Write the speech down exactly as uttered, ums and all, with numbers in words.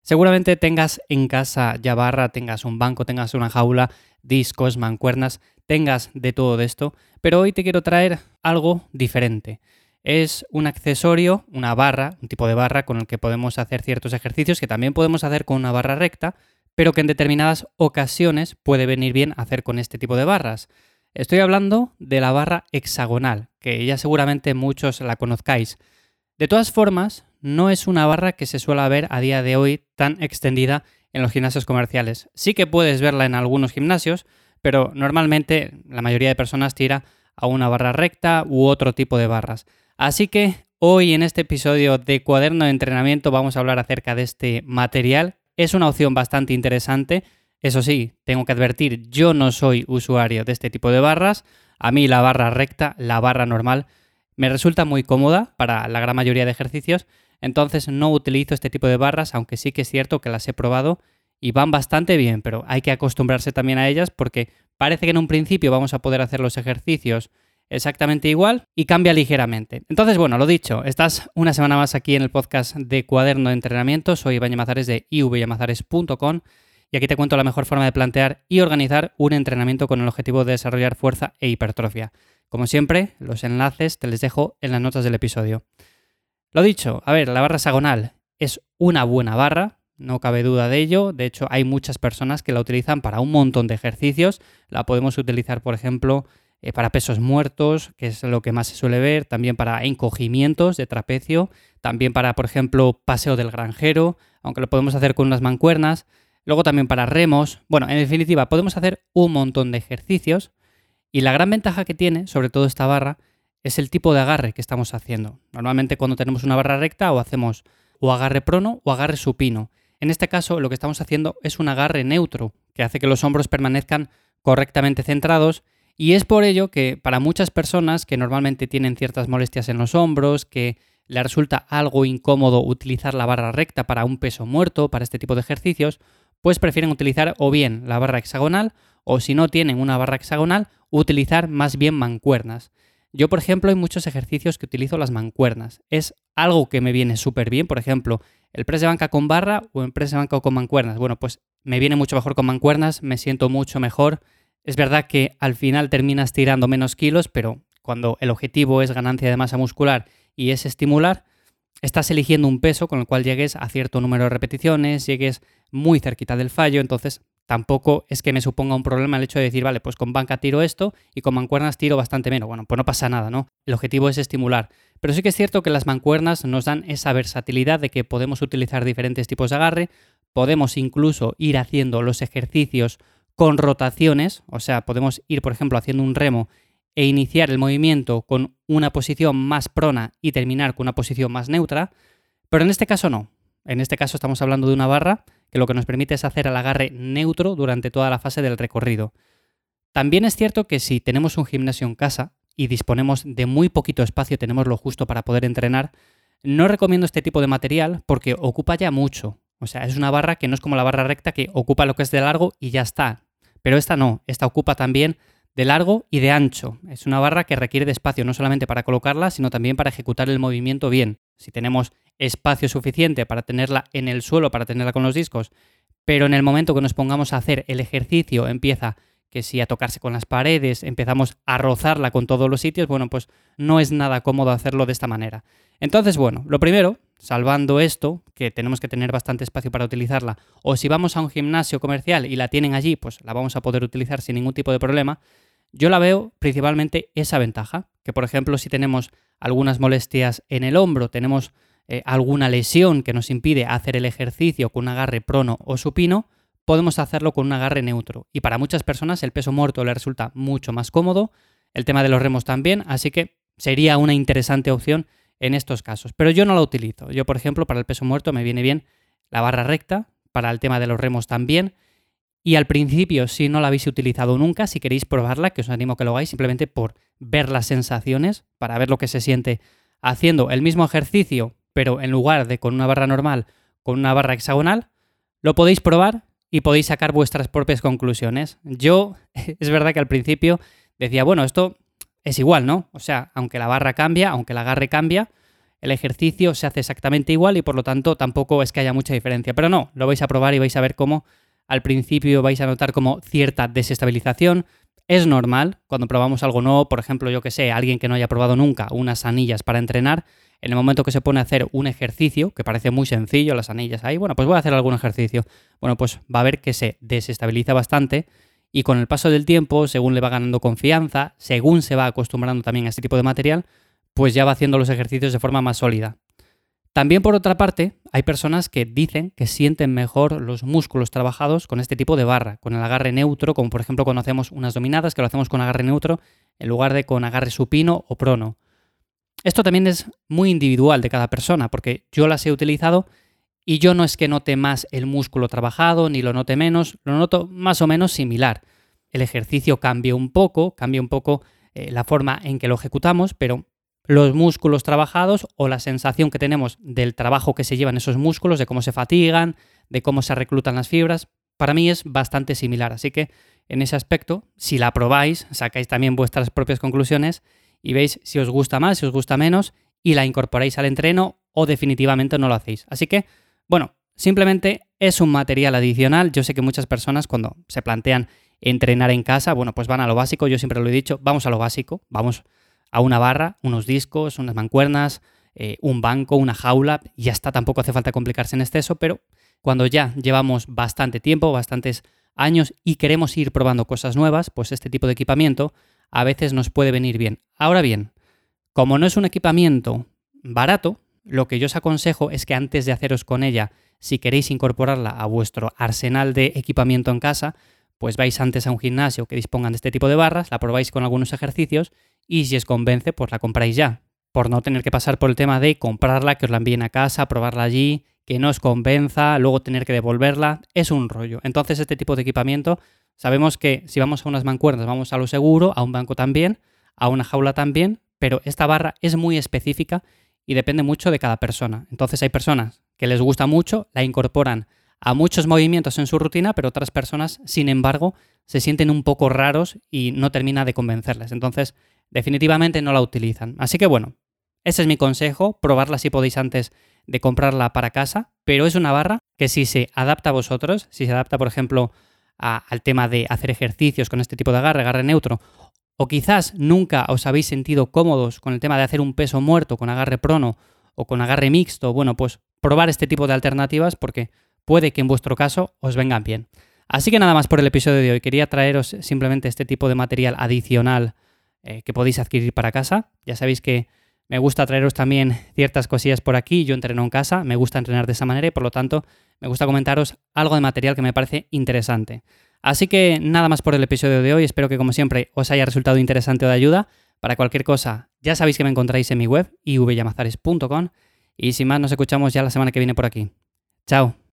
Seguramente tengas en casa ya barra, tengas un banco, tengas una jaula, discos, mancuernas, tengas de todo esto, pero hoy te quiero traer algo diferente. Es un accesorio, una barra, un tipo de barra con el que podemos hacer ciertos ejercicios que también podemos hacer con una barra recta, pero que en determinadas ocasiones puede venir bien hacer con este tipo de barras. Estoy hablando de la barra hexagonal, que ya seguramente muchos la conozcáis. De todas formas, no es una barra que se suele ver a día de hoy tan extendida en los gimnasios comerciales. Sí que puedes verla en algunos gimnasios, pero normalmente la mayoría de personas tira a una barra recta u otro tipo de barras. Así que hoy en este episodio de Cuaderno de Entrenamiento vamos a hablar acerca de este material. Es una opción bastante interesante. Eso sí, tengo que advertir, yo no soy usuario de este tipo de barras. A mí la barra recta, la barra normal, me resulta muy cómoda para la gran mayoría de ejercicios, entonces no utilizo este tipo de barras, aunque sí que es cierto que las he probado y van bastante bien, pero hay que acostumbrarse también a ellas porque parece que en un principio vamos a poder hacer los ejercicios exactamente igual y cambia ligeramente. Entonces, bueno, lo dicho, estás una semana más aquí en el podcast de Cuaderno de Entrenamiento. Soy Iván Llamazares de i v llamazares punto com y aquí te cuento la mejor forma de plantear y organizar un entrenamiento con el objetivo de desarrollar fuerza e hipertrofia. Como siempre, los enlaces te les dejo en las notas del episodio. Lo dicho, a ver, la barra hexagonal es una buena barra, no cabe duda de ello. De hecho, hay muchas personas que la utilizan para un montón de ejercicios. La podemos utilizar, por ejemplo, eh, para pesos muertos, que es lo que más se suele ver, también para encogimientos de trapecio, también para, por ejemplo, paseo del granjero, aunque lo podemos hacer con unas mancuernas. Luego también para remos. Bueno, en definitiva, podemos hacer un montón de ejercicios. Y la gran ventaja que tiene, sobre todo esta barra, es el tipo de agarre que estamos haciendo. Normalmente cuando tenemos una barra recta o hacemos o agarre prono o agarre supino. En este caso lo que estamos haciendo es un agarre neutro, que hace que los hombros permanezcan correctamente centrados, y es por ello que para muchas personas que normalmente tienen ciertas molestias en los hombros, que les resulta algo incómodo utilizar la barra recta para un peso muerto, para este tipo de ejercicios, pues prefieren utilizar o bien la barra hexagonal o si no tienen una barra hexagonal, utilizar más bien mancuernas. Yo, por ejemplo, hay muchos ejercicios que utilizo las mancuernas. Es algo que me viene súper bien, por ejemplo, el press de banca con barra o el press de banca con mancuernas. Bueno, pues me viene mucho mejor con mancuernas, me siento mucho mejor. Es verdad que al final terminas tirando menos kilos, pero cuando el objetivo es ganancia de masa muscular y es estimular, estás eligiendo un peso con el cual llegues a cierto número de repeticiones, llegues muy cerquita del fallo, entonces tampoco es que me suponga un problema el hecho de decir, vale, pues con banca tiro esto y con mancuernas tiro bastante menos. Bueno, pues no pasa nada, ¿no? El objetivo es estimular. Pero sí que es cierto que las mancuernas nos dan esa versatilidad de que podemos utilizar diferentes tipos de agarre, podemos incluso ir haciendo los ejercicios con rotaciones, o sea, podemos ir, por ejemplo, haciendo un remo e iniciar el movimiento con una posición más prona y terminar con una posición más neutra, pero en este caso no. En este caso estamos hablando de una barra que lo que nos permite es hacer el agarre neutro durante toda la fase del recorrido. También es cierto que si tenemos un gimnasio en casa y disponemos de muy poquito espacio, tenemos lo justo para poder entrenar, no recomiendo este tipo de material porque ocupa ya mucho. O sea, es una barra que no es como la barra recta que ocupa lo que es de largo y ya está. Pero esta no, esta ocupa también de largo y de ancho. Es una barra que requiere de espacio no solamente para colocarla, sino también para ejecutar el movimiento bien. Si tenemos espacio suficiente para tenerla en el suelo, para tenerla con los discos, pero en el momento que nos pongamos a hacer el ejercicio empieza que si a tocarse con las paredes, empezamos a rozarla con todos los sitios, bueno, pues no es nada cómodo hacerlo de esta manera. Entonces, bueno, lo primero, salvando esto, que tenemos que tener bastante espacio para utilizarla, o si vamos a un gimnasio comercial y la tienen allí, pues la vamos a poder utilizar sin ningún tipo de problema. Yo la veo principalmente esa ventaja, que por ejemplo si tenemos algunas molestias en el hombro, tenemos eh, alguna lesión que nos impide hacer el ejercicio con un agarre prono o supino, podemos hacerlo con un agarre neutro. Y para muchas personas el peso muerto le resulta mucho más cómodo, el tema de los remos también, así que sería una interesante opción en estos casos. Pero yo no la utilizo. Yo, por ejemplo, para el peso muerto me viene bien la barra recta, para el tema de los remos también. Y al principio, si no la habéis utilizado nunca, si queréis probarla, que os animo a que lo hagáis simplemente por ver las sensaciones, para ver lo que se siente haciendo el mismo ejercicio, pero en lugar de con una barra normal, con una barra hexagonal, lo podéis probar y podéis sacar vuestras propias conclusiones. Yo, es verdad que al principio decía, bueno, esto es igual, ¿no? O sea, aunque la barra cambia, aunque el agarre cambia, el ejercicio se hace exactamente igual y por lo tanto tampoco es que haya mucha diferencia. Pero no, lo vais a probar y vais a ver cómo al principio vais a notar como cierta desestabilización. Es normal cuando probamos algo nuevo, por ejemplo, yo que sé, alguien que no haya probado nunca unas anillas para entrenar, en el momento que se pone a hacer un ejercicio, que parece muy sencillo, las anillas ahí, bueno, pues voy a hacer algún ejercicio. Bueno, pues va a ver que se desestabiliza bastante y con el paso del tiempo, según le va ganando confianza, según se va acostumbrando también a este tipo de material, pues ya va haciendo los ejercicios de forma más sólida. También, por otra parte, hay personas que dicen que sienten mejor los músculos trabajados con este tipo de barra, con el agarre neutro, como por ejemplo cuando hacemos unas dominadas, que lo hacemos con agarre neutro en lugar de con agarre supino o prono. Esto también es muy individual de cada persona, porque yo las he utilizado y yo no es que note más el músculo trabajado, ni lo note menos, lo noto más o menos similar. El ejercicio cambia un poco, cambia un poco eh, la forma en que lo ejecutamos, pero los músculos trabajados o la sensación que tenemos del trabajo que se llevan esos músculos, de cómo se fatigan, de cómo se reclutan las fibras, para mí es bastante similar. Así que en ese aspecto, si la probáis, sacáis también vuestras propias conclusiones y veis si os gusta más, si os gusta menos y la incorporáis al entreno o definitivamente no lo hacéis. Así que, bueno, simplemente es un material adicional. Yo sé que muchas personas cuando se plantean entrenar en casa, bueno, pues van a lo básico. Yo siempre lo he dicho, vamos a lo básico, vamos a una barra, unos discos, unas mancuernas, eh, un banco, una jaula, y ya está, tampoco hace falta complicarse en exceso, pero cuando ya llevamos bastante tiempo, bastantes años y queremos ir probando cosas nuevas, pues este tipo de equipamiento a veces nos puede venir bien. Ahora bien, como no es un equipamiento barato, lo que yo os aconsejo es que antes de haceros con ella, si queréis incorporarla a vuestro arsenal de equipamiento en casa, pues vais antes a un gimnasio que dispongan de este tipo de barras, la probáis con algunos ejercicios y si os convence, pues la compráis ya, por no tener que pasar por el tema de comprarla, que os la envíen a casa, probarla allí, que no os convenza, luego tener que devolverla, es un rollo. Entonces este tipo de equipamiento, sabemos que si vamos a unas mancuernas vamos a lo seguro, a un banco también, a una jaula también, pero esta barra es muy específica y depende mucho de cada persona. Entonces hay personas que les gusta mucho, la incorporan a muchos movimientos en su rutina, pero otras personas, sin embargo, se sienten un poco raros y no termina de convencerles. Entonces, definitivamente no la utilizan. Así que bueno, ese es mi consejo, probarla si podéis antes de comprarla para casa, pero es una barra que si se adapta a vosotros, si se adapta, por ejemplo, a, al tema de hacer ejercicios con este tipo de agarre, agarre neutro, o quizás nunca os habéis sentido cómodos con el tema de hacer un peso muerto con agarre prono o con agarre mixto, bueno, pues probar este tipo de alternativas porque puede que en vuestro caso os vengan bien. Así que nada más por el episodio de hoy. Quería traeros simplemente este tipo de material adicional eh, que podéis adquirir para casa. Ya sabéis que me gusta traeros también ciertas cosillas por aquí. Yo entreno en casa, me gusta entrenar de esa manera y por lo tanto me gusta comentaros algo de material que me parece interesante. Así que nada más por el episodio de hoy. Espero que como siempre os haya resultado interesante o de ayuda. Para cualquier cosa ya sabéis que me encontráis en mi web i v llamazares punto com y sin más nos escuchamos ya la semana que viene por aquí. Chao.